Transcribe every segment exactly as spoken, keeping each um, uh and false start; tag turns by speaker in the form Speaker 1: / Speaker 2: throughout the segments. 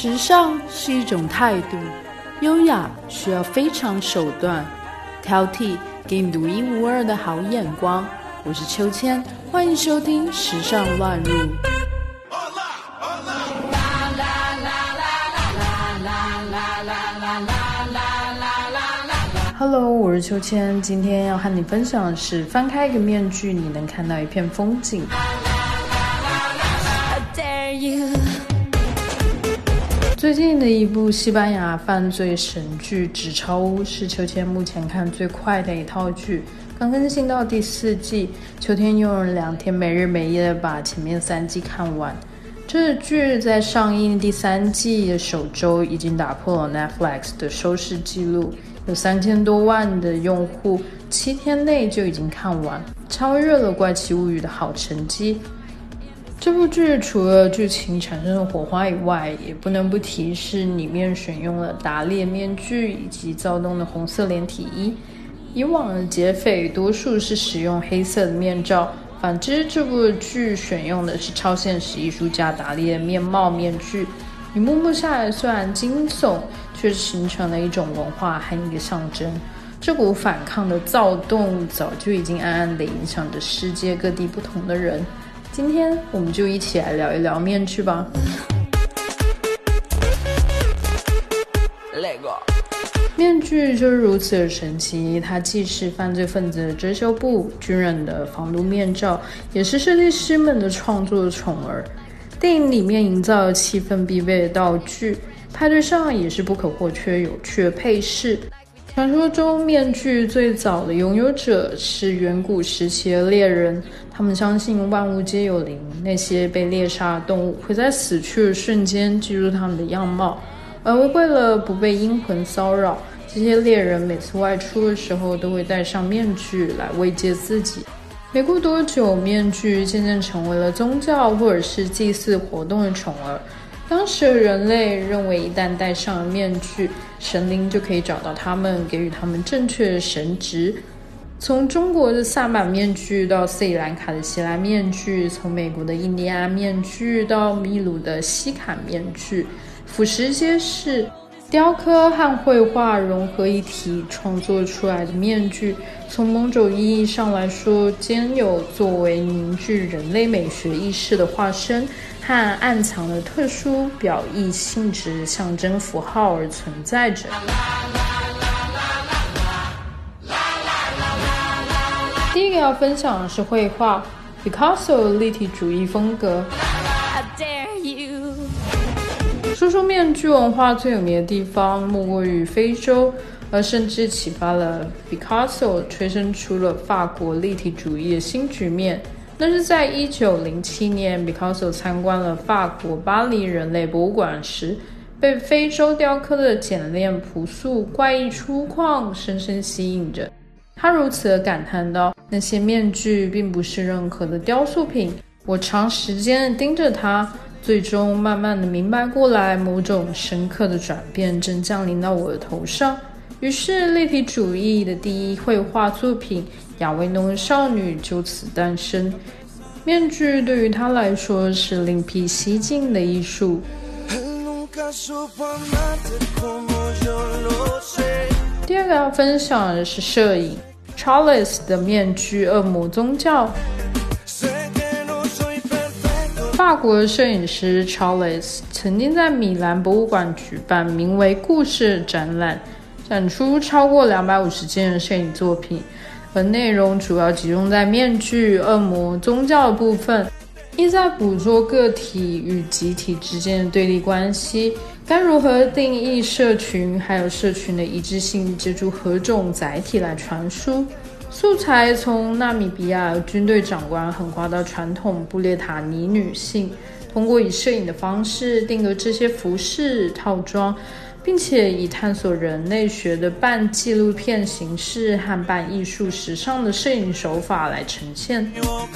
Speaker 1: 时尚是一种态度，优雅需要非常手段，挑剔给你独一无二的好眼光。我是秋千，欢迎收听时尚乱入。Hello， 我是秋千，今天要和你分享的是，翻开一个面具，你能看到一片风景。最近的一部西班牙犯罪神剧《纸钞屋》是秋千目前看最快的一套剧，刚更新到第四季，秋天用了两天没日没夜的把前面三季看完。这剧在上映第三季的首周已经打破了 Netflix 的收视纪录，有三千多万的用户七天内就已经看完，超越了《怪奇物语》的好成绩。这部剧除了剧情产生了火花以外，也不能不提是里面选用了打猎面具以及躁动的红色连体衣。以往的劫匪多数是使用黑色的面罩，反之这部剧选用的是超现实艺术家打猎的面貌面具。一幕幕下来虽然惊悚，却形成了一种文化和一个象征。这股反抗的躁动早就已经暗暗地影响着世界各地不同的人。今天我们就一起来聊一聊面具吧。面具就是如此的神奇，它既是犯罪分子的遮羞布，军人的防毒面罩，也是设计师们的创作宠儿。电影里面营造的气氛必备的道具，派对上也是不可或缺有趣的配饰。传说中面具最早的拥有者是远古时期的猎人，他们相信万物皆有灵，那些被猎杀的动物会在死去的瞬间记住他们的样貌，而为了不被阴魂骚扰，这些猎人每次外出的时候都会戴上面具来慰藉自己。没过多久，面具渐渐成为了宗教或者是祭祀活动的宠儿。当时的人类认为，一旦戴上了面具，神灵就可以找到他们，给予他们正确的神职。从中国的萨满面具到斯里兰卡的希腊面具，从美国的印第安面具到秘鲁的西坎面具，俯拾皆是。雕刻和绘画融合一体创作出来的面具，从某种意义上来说，兼有作为凝聚人类美学意识的化身和暗藏的特殊表意性质象征符号而存在着。第一个要分享的是绘画 Picasso 立体主义风格。说说面具文化最有名的地方莫过于非洲，而甚至启发了 Picasso 催生出了法国立体主义的新局面。那是在一九零七年 Picasso 参观了法国巴黎人类博物馆时，被非洲雕刻的简练朴素怪异粗犷深深吸引着。他如此地感叹道，那些面具并不是任何的雕塑品，我长时间地盯着它，最终慢慢的明白过来，某种深刻的转变正降临到我的头上。于是立体主义的第一绘画作品亚维农少女就此诞生。面具对于他来说是另辟蹊径的艺术。第二个要分享的是摄影 Charles 的面具恶魔宗教。法国的摄影师 Charles 曾经在米兰博物馆举办名为故事的展览，展出超过两百五十件的摄影作品，而内容主要集中在面具、恶魔、宗教的部分，意在捕捉个体与集体之间的对立关系，该如何定义社群，还有社群的一致性借助何种载体来传输。素材从纳米比亚军队长官横跨到传统布列塔尼女性，通过以摄影的方式定格这些服饰套装，并且以探索人类学的半纪录片形式和半艺术时尚的摄影手法来呈现。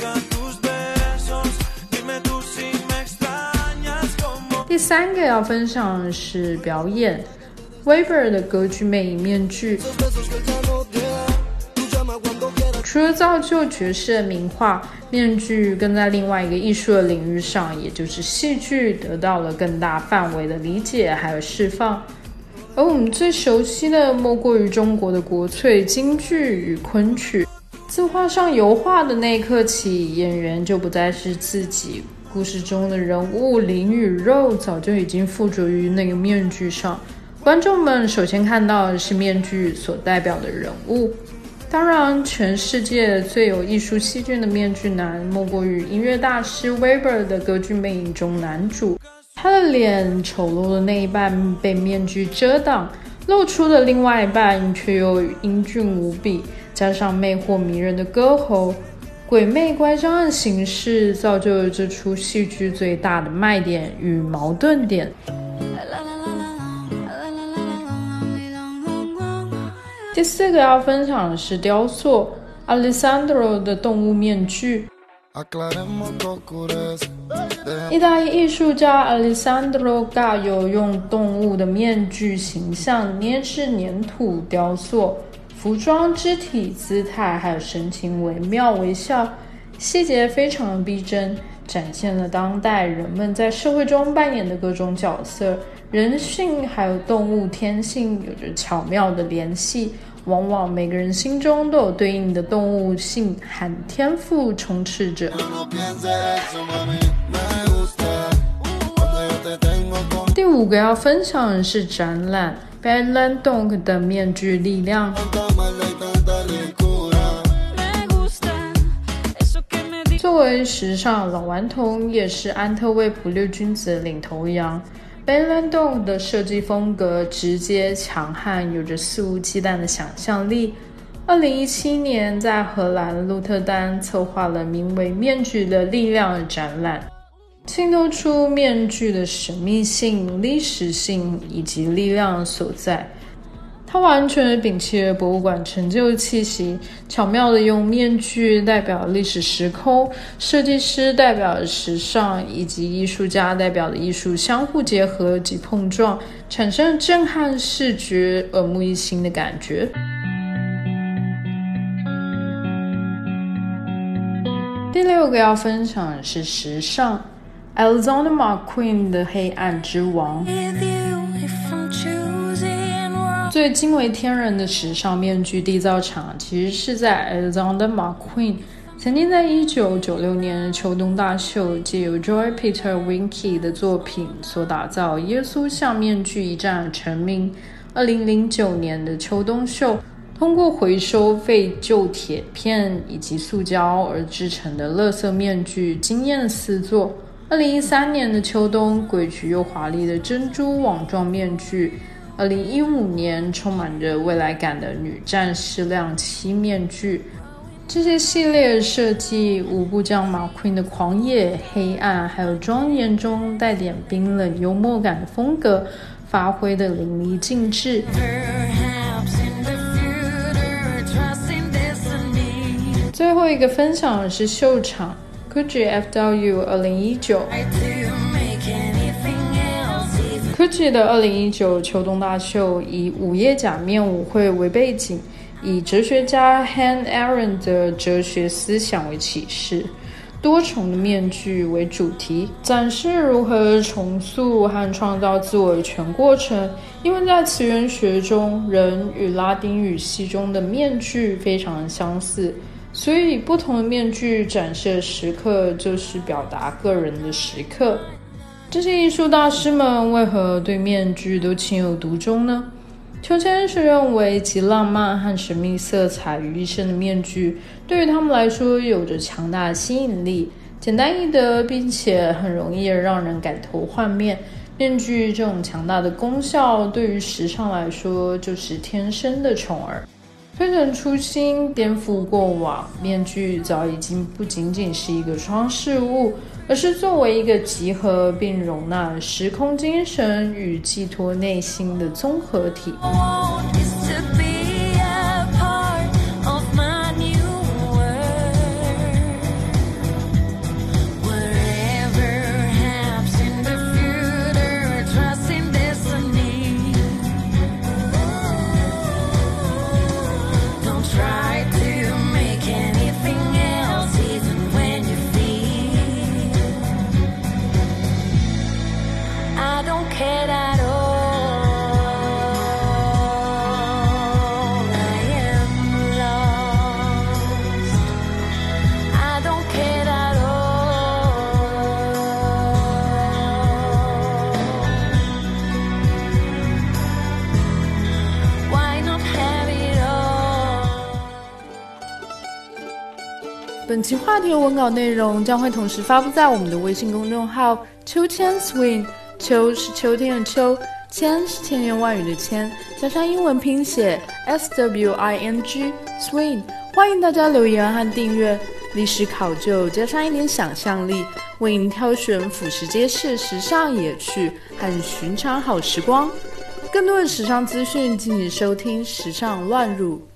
Speaker 1: 第三个要分享的是表演 Weber 的歌剧魅影面具。 除了造就爵士的名画，面具更在另外一个艺术的领域上，也就是戏剧，得到了更大范围的理解还有释放。而我们最熟悉的莫过于中国的国粹京剧与昆曲。自画上油画的那一刻起，演员就不再是自己，故事中的人物灵与肉早就已经附着于那个面具上，观众们首先看到的是面具所代表的人物。当然，全世界最有艺术细菌的面具男，莫过于音乐大师 Weber 的歌剧魅影中男主。他的脸丑陋的那一半被面具遮挡，露出的另外一半却又英俊无比，加上魅惑迷人的歌喉，鬼魅乖张的形式造就了这出戏剧最大的卖点与矛盾点。第四个要分享的是雕塑 Alessandro 的动物面具。意大利艺术家 Alessandro Gallo 用动物的面具形象捏制粘土雕塑，服装、肢体、姿态还有神情惟妙惟肖，细节非常的逼真，展现了当代人们在社会中扮演的各种角色，人性还有动物天性有着巧妙的联系，往往每个人心中都有对应的动物性和天赋充斥着。第五个要分享的是展览 Bellandong 的面具力量。作为时尚老顽童，也是安特卫普六君子的领头羊， Bellandong 的设计风格直接强悍，有着肆无忌惮的想象力。二零一七年在荷兰鹿特丹策划了名为面具的力量的展览，衬透出面具的神秘性、历史性以及力量所在。它完全摒弃了博物馆陈旧气息，巧妙地用面具代表历史时空，设计师代表的时尚，以及艺术家代表的艺术相互结合及碰撞，产生震撼视觉、耳目一新的感觉。第六个要分享的是时尚 Alexander McQueen 的黑暗之王。最惊为天人的时尚面具缔造厂其实是在 Alexander McQueen 曾经在一九九六年的秋冬大秀借由 Joy Peter Winke 的作品所打造耶稣像面具一战而成名。二零零九年的秋冬秀通过回收废旧铁片以及塑胶而制成的垃圾面具惊艳四座。二零一三年的秋冬诡谲又华丽的珍珠网状面具，二零一五年充满着未来感的女战士亮漆面具。这些系列的设计无不将McQueen的狂野、黑暗还有庄严中带点冰冷幽默感的风格发挥得淋漓尽致。最后一个分享的是秀场 Gucci F W 二零一九。Gucci 的二零一九秋冬大秀以午夜假面舞会为背景，以哲学家 Han Arendt 的哲学思想为启示，多重的面具为主题，展示如何重塑和创造自我的全过程。因为在词源学中，人与拉丁语系中的面具非常相似，所以不同的面具展示的时刻就是表达个人的时刻。这些艺术大师们为何对面具都情有独钟呢？秋千是认为集浪漫和神秘色彩于一身的面具，对于他们来说有着强大的吸引力，简单易得，并且很容易让人改头换面。面具这种强大的功效，对于时尚来说就是天生的宠儿。推陈出新，颠覆过往，面具早已经不仅仅是一个装饰物，而是作为一个集合并容纳时空精神与寄托内心的综合体。
Speaker 2: Try to make it care at all. I am lost. I don't care at all. Why not have it all?
Speaker 1: 本期话题的文稿内容将会同时发布在我们的微信公众号秋千 swing， 秋是秋天的秋，千是千言万语的千，加上英文拼写 S W I N G swing。 欢迎大家留言和订阅，历史考究加上一点想象力，为您挑选俯拾皆是时尚野趣和寻常好时光。更多的时尚资讯，敬请收听时尚乱入。